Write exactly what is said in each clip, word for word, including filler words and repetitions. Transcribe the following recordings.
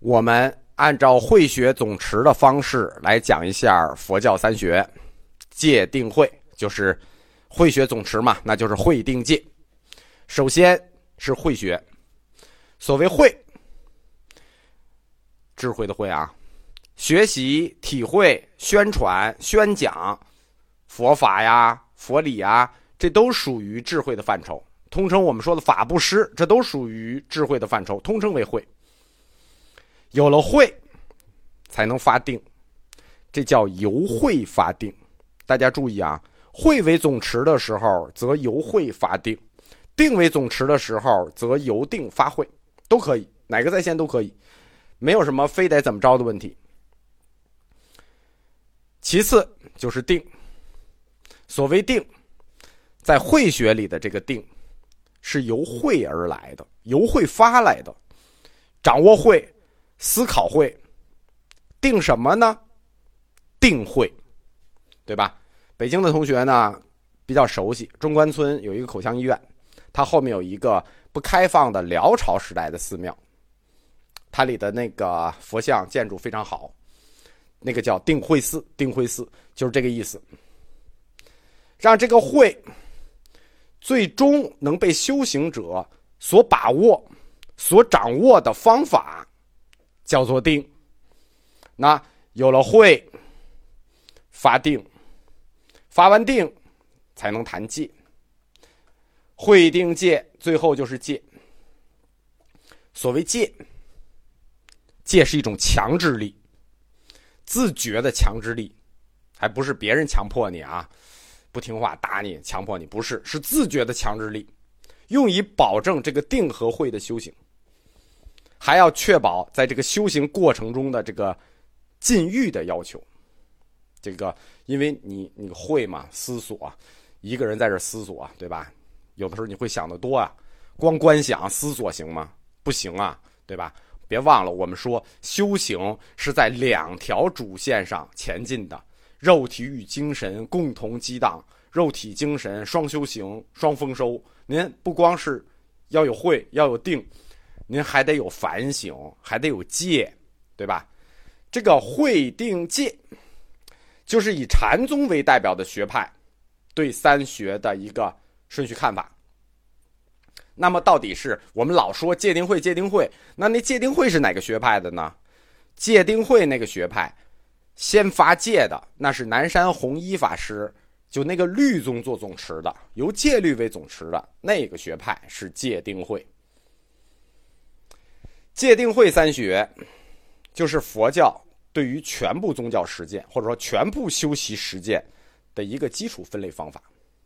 我们按照慧学总持的方式来讲一下佛教三学，戒定慧，就是慧学总持嘛，那就是慧定戒。首先是慧学，所谓慧，智慧的慧啊，学习、体会、宣传、宣讲佛法呀、佛理呀，这都属于智慧的范畴。通称我们说的法布施，这都属于智慧的范畴，通称为慧。有了慧才能发定，这叫由慧发定。大家注意啊，慧为总持的时候则由慧发定，定为总持的时候则由定发慧，都可以，哪个在先都可以，没有什么非得怎么着的问题。其次就是定。所谓定，在慧学里的这个定是由慧而来的，由慧发来的，掌握慧，思考慧，定什么呢？定慧，对吧？北京的同学呢比较熟悉，中关村有一个口腔医院，它后面有一个不开放的辽朝时代的寺庙，它里的那个佛像建筑非常好，那个叫定慧寺，定慧寺就是这个意思。让这个慧最终能被修行者所把握、所掌握的方法叫做定。那有了慧，发定，发完定才能谈戒。慧定戒，最后就是戒。所谓戒，戒是一种强制力，自觉的强制力，还不是别人强迫你啊，不听话打你强迫你，不是，是自觉的强制力，用以保证这个定和慧的修行，还要确保在这个修行过程中的这个禁欲的要求。这个因为你你慧嘛，思索，一个人在这思索，对吧？有的时候你会想得多啊，光观想思索行吗？不行啊，对吧？别忘了我们说修行是在两条主线上前进的，肉体与精神共同激荡，肉体精神双修行双丰收。您不光是要有慧要有定，您还得有反省，还得有戒，对吧？这个慧定戒就是以禅宗为代表的学派对三学的一个顺序看法。那么到底是我们老说戒定慧戒定慧，那那戒定慧是哪个学派的呢？戒定慧那个学派先发戒的那是南山弘一法师，就那个律宗做总持的，由戒律为总持的那个学派是戒定慧。戒定慧三学就是佛教对于全部宗教实践或者说全部修习实践的一个基础分类方法。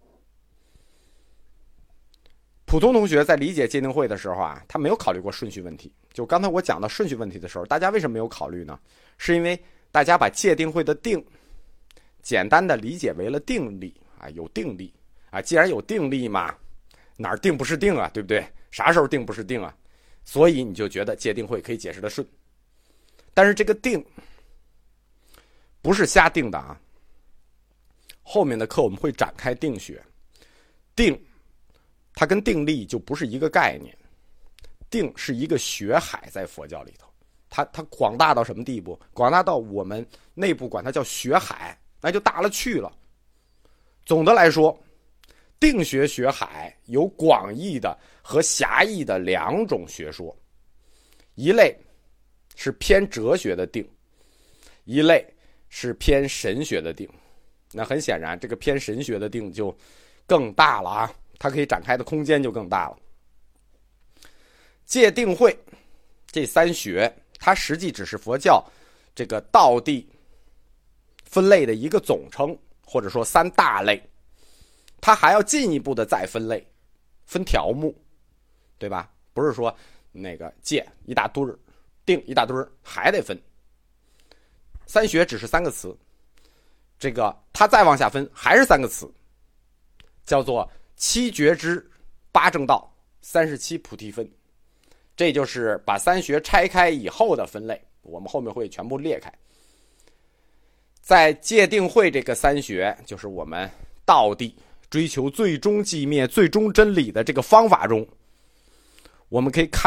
普通同学在理解戒定慧的时候啊，他没有考虑过顺序问题。就刚才我讲到顺序问题的时候，大家为什么没有考虑呢？是因为大家把戒定慧的定简单的理解为了定力啊，有定力啊，既然有定力嘛，哪儿定不是定啊，对不对？啥时候定不是定啊？所以你就觉得戒定慧可以解释的顺。但是这个定不是瞎定的啊，后面的课我们会展开定学。定它跟定力就不是一个概念，定是一个学海，在佛教里头它它广大到什么地步？广大到我们内部管它叫学海，那就大了去了。总的来说，定学学海有广义的和狭义的两种学说，一类是偏哲学的定，一类是偏神学的定。那很显然这个偏神学的定就更大了啊，它可以展开的空间就更大了。戒定慧这三学，它实际只是佛教这个道地分类的一个总称，或者说三大类，它还要进一步的再分类，分条目，对吧？不是说那个戒一大堆儿，定一大堆儿，还得分。三学只是三个词，这个它再往下分还是三个词，叫做七觉支、八正道、三十七菩提分。这就是把三学拆开以后的分类，我们后面会全部列开。在戒定慧这个三学，就是我们道地追求最终寂灭、最终真理的这个方法中，我们可以看到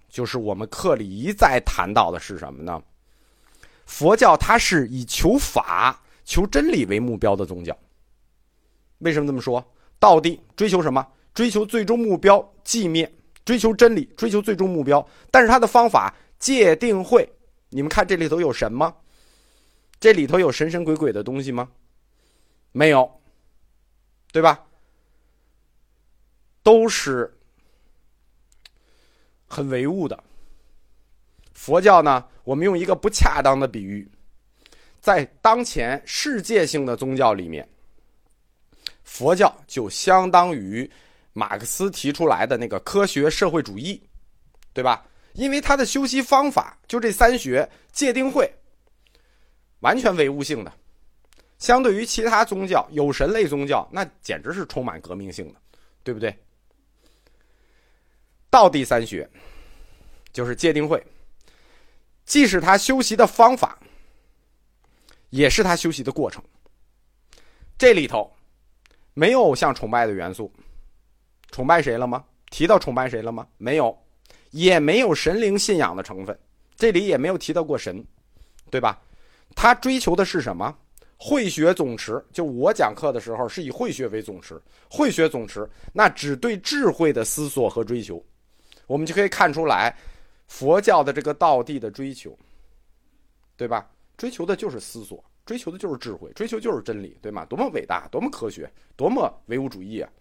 就是我们课里一再谈到的是什么呢？佛教它是以求法、求真理为目标的宗教。为什么这么说？道地追求什么？追求最终目标寂灭，追求真理，追求最终目标。但是它的方法戒定慧，你们看这里头有神吗？这里头有神神鬼鬼的东西吗？没有，对吧？都是很唯物的。佛教呢，我们用一个不恰当的比喻，在当前世界性的宗教里面，佛教就相当于马克思提出来的那个科学社会主义，对吧？因为他的修习方法就这三学戒定慧，完全唯物性的，相对于其他宗教有神类宗教，那简直是充满革命性的，对不对？道地三学就是戒定慧，既是他修习的方法，也是他修习的过程。这里头没有偶像崇拜的元素，崇拜谁了吗？提到崇拜谁了吗？没有。也没有神灵信仰的成分，这里也没有提到过神，对吧？他追求的是什么？慧学总持，就我讲课的时候是以慧学为总持，慧学总持那只对智慧的思索和追求，我们就可以看出来佛教的这个道地的追求，对吧？追求的就是思索，追求的就是智慧，追求就是真理，对吗？多么伟大，多么科学，多么唯物主义啊！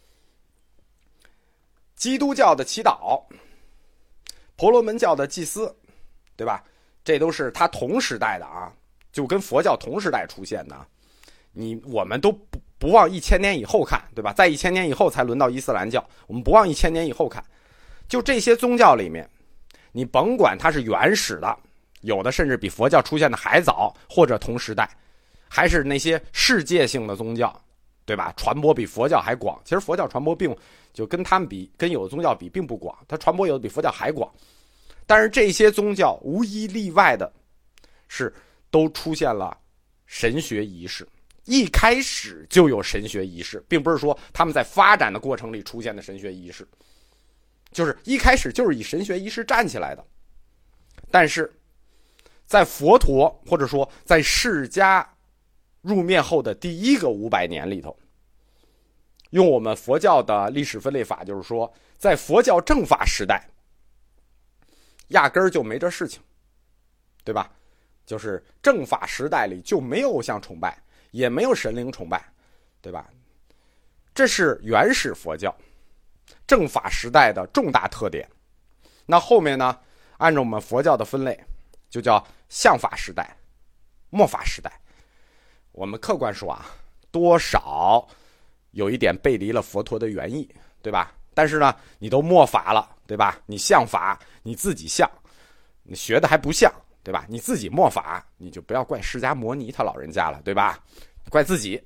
基督教的祈祷，婆罗门教的祭司，对吧？这都是他同时代的啊，就跟佛教同时代出现的。你我们都不不往一千年以后看，对吧？在一千年以后才轮到伊斯兰教，我们不往一千年以后看。就这些宗教里面，你甭管它是原始的，有的甚至比佛教出现的还早，或者同时代，还是那些世界性的宗教，对吧？传播比佛教还广。其实佛教传播并就跟他们比，跟有的宗教比并不广，它传播有的比佛教还广。但是这些宗教无一例外的是都出现了神学仪式，一开始就有神学仪式，并不是说他们在发展的过程里出现的神学仪式，就是一开始就是以神学仪式站起来的。但是在佛陀或者说在释迦入灭后的第一个五百年里头，用我们佛教的历史分类法，就是说在佛教正法时代压根儿就没这事情，对吧？就是正法时代里就没有偶像崇拜，也没有神灵崇拜，对吧？这是原始佛教正法时代的重大特点。那后面呢，按照我们佛教的分类，就叫相法时代、末法时代。我们客观说啊，多少有一点背离了佛陀的原意，对吧？但是呢，你都末法了，对吧？你相法，你自己相，你学的还不像，对吧？你自己末法，你就不要怪释迦牟尼他老人家了，对吧？怪自己。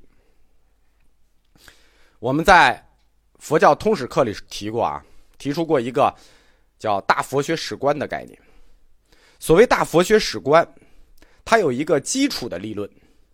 我们在佛教通史课里提过啊，提出过一个叫大佛学史观的概念。所谓大佛学史观，它有一个基础的理论，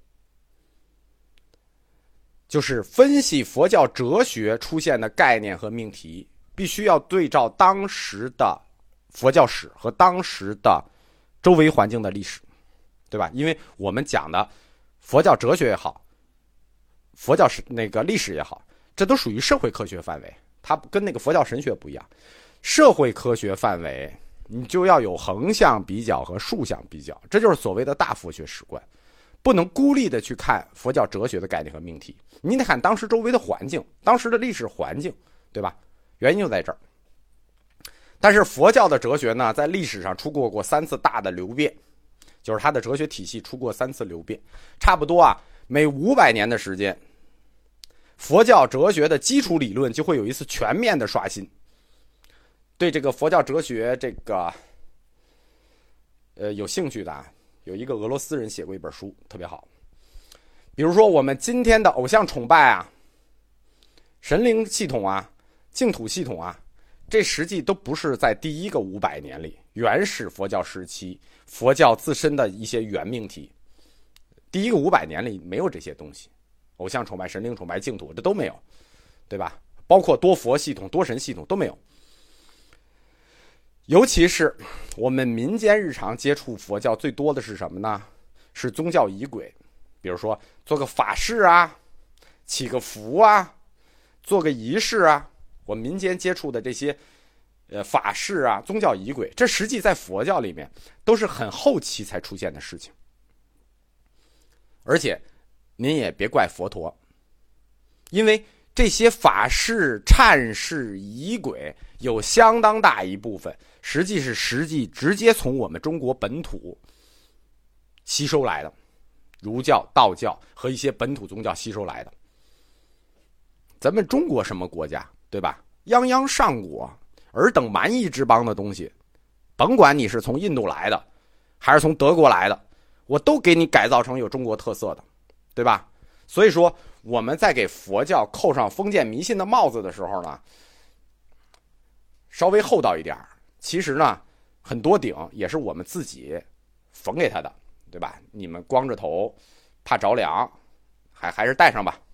就是分析佛教哲学出现的概念和命题，必须要对照当时的佛教史和当时的周围环境的历史，对吧？因为我们讲的佛教哲学也好，佛教史那个历史也好，这都属于社会科学范围，它跟那个佛教神学不一样。社会科学范围你就要有横向比较和竖向比较，这就是所谓的大佛学史观。不能孤立的去看佛教哲学的概念和命题，你得看当时周围的环境，当时的历史环境，对吧？原因就在这儿。但是佛教的哲学呢，在历史上出过过三次大的流变，就是它的哲学体系出过三次流变，差不多啊，每五百年的时间，佛教哲学的基础理论就会有一次全面的刷新。对这个佛教哲学这个呃有兴趣的啊，有一个俄罗斯人写过一本书特别好。比如说我们今天的偶像崇拜啊、神灵系统啊、净土系统啊，这实际都不是在第一个五百年里原始佛教时期佛教自身的一些原命题。第一个五百年里没有这些东西，偶像崇拜、神灵崇拜、净土这都没有，对吧？包括多佛系统、多神系统都没有。 尤其是我们民间日常接触佛教最多的是什么呢？是宗教仪轨，比如说做个法事啊，祈个福啊，做个仪式啊，我们民间接触的这些呃法事啊，宗教仪轨，这实际在佛教里面都是很后期才出现的事情。而且您也别怪佛陀，因为这些法事、忏事、仪轨有相当大一部分实际是实际直接从我们中国本土吸收来的，儒教、道教和一些本土宗教吸收来的。咱们中国什么国家，对吧？泱泱上国，尔等蛮夷之邦的东西，甭管你是从印度来的还是从德国来的，我都给你改造成有中国特色的，对吧？所以说我们在给佛教扣上封建迷信的帽子的时候呢，稍微厚道一点，其实呢很多顶也是我们自己缝给他的，对吧？你们光着头怕着凉，还还是戴上吧。